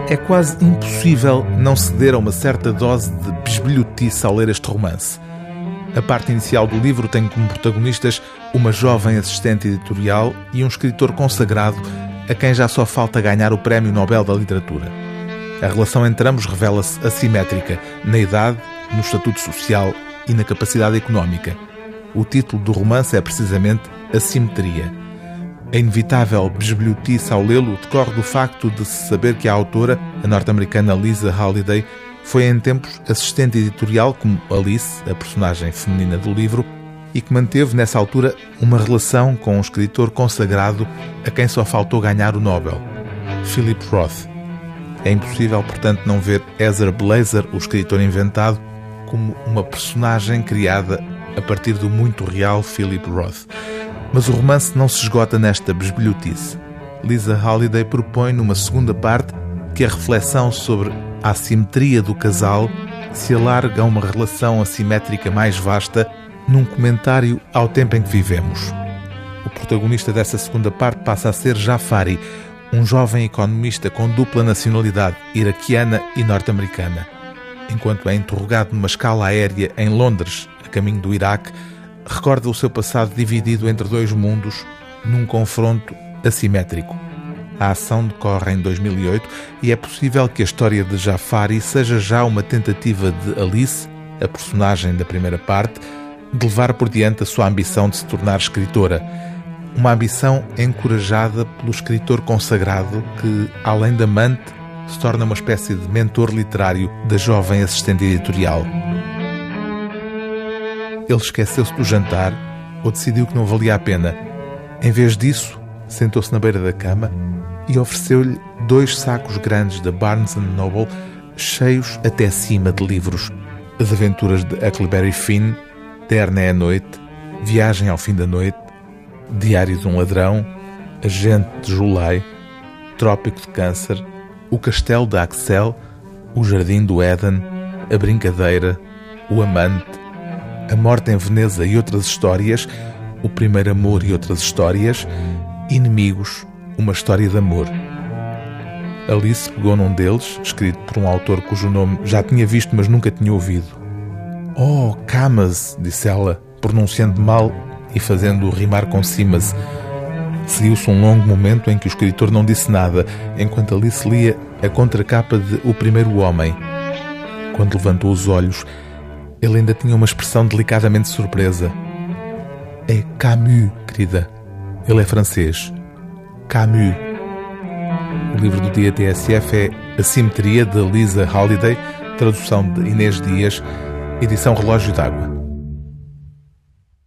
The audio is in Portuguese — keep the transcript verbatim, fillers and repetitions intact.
É quase impossível não ceder a uma certa dose de bisbilhotice ao ler este romance. A parte inicial do livro tem como protagonistas uma jovem assistente editorial e um escritor consagrado a quem já só falta ganhar o Prémio Nobel da Literatura. A relação entre ambos revela-se assimétrica na idade, no estatuto social e na capacidade económica. O título do romance é precisamente Assimetria. A inevitável bisbilhotice ao lê-lo decorre do facto de se saber que a autora, a norte-americana Lisa Halliday, foi em tempos assistente editorial como Alice, a personagem feminina do livro, e que manteve nessa altura uma relação com um escritor consagrado a quem só faltou ganhar o Nobel, Philip Roth. É impossível, portanto, não ver Ezer Blazer, o escritor inventado, como uma personagem criada a partir do muito real Philip Roth. Mas o romance não se esgota nesta bisbilhotice. Lisa Halliday propõe, numa segunda parte, que a reflexão sobre a assimetria do casal se alarga a uma relação assimétrica mais vasta num comentário ao tempo em que vivemos. O protagonista dessa segunda parte passa a ser Jafari, um jovem economista com dupla nacionalidade, iraquiana e norte-americana. Enquanto é interrogado numa escala aérea em Londres, a caminho do Iraque, recorda o seu passado dividido entre dois mundos num confronto assimétrico. A ação decorre em dois mil e oito e é possível que a história de Jafari seja já uma tentativa de Alice, a personagem da primeira parte, de levar por diante a sua ambição de se tornar escritora. Uma ambição encorajada pelo escritor consagrado que, além de amante, se torna uma espécie de mentor literário da jovem assistente editorial. Ele esqueceu-se do jantar ou decidiu que não valia a pena. Em vez disso, sentou-se na beira da cama e ofereceu-lhe dois sacos grandes da Barnes and Noble, cheios até cima de livros. As aventuras de Huckleberry Finn, Terna é a Noite, Viagem ao Fim da Noite, Diário de um Ladrão, Agente de Julai, Trópico de Câncer, O Castelo de Axel, O Jardim do Éden, A Brincadeira, O Amante, A Morte em Veneza e outras histórias, O Primeiro Amor e outras histórias, Inimigos, uma história de amor. Alice pegou num deles, escrito por um autor cujo nome já tinha visto, mas nunca tinha ouvido. Oh, Camas, disse ela, pronunciando mal e fazendo-o rimar com Simas. Seguiu-se um longo momento em que o escritor não disse nada, enquanto Alice lia a contracapa de O Primeiro Homem. Quando levantou os olhos, ele ainda tinha uma expressão delicadamente surpresa. É Camus, querida. Ele é francês. Camus. O livro do dia T S F é Assimetria, de Lisa Halliday, tradução de Inês Dias, edição Relógio d'Água.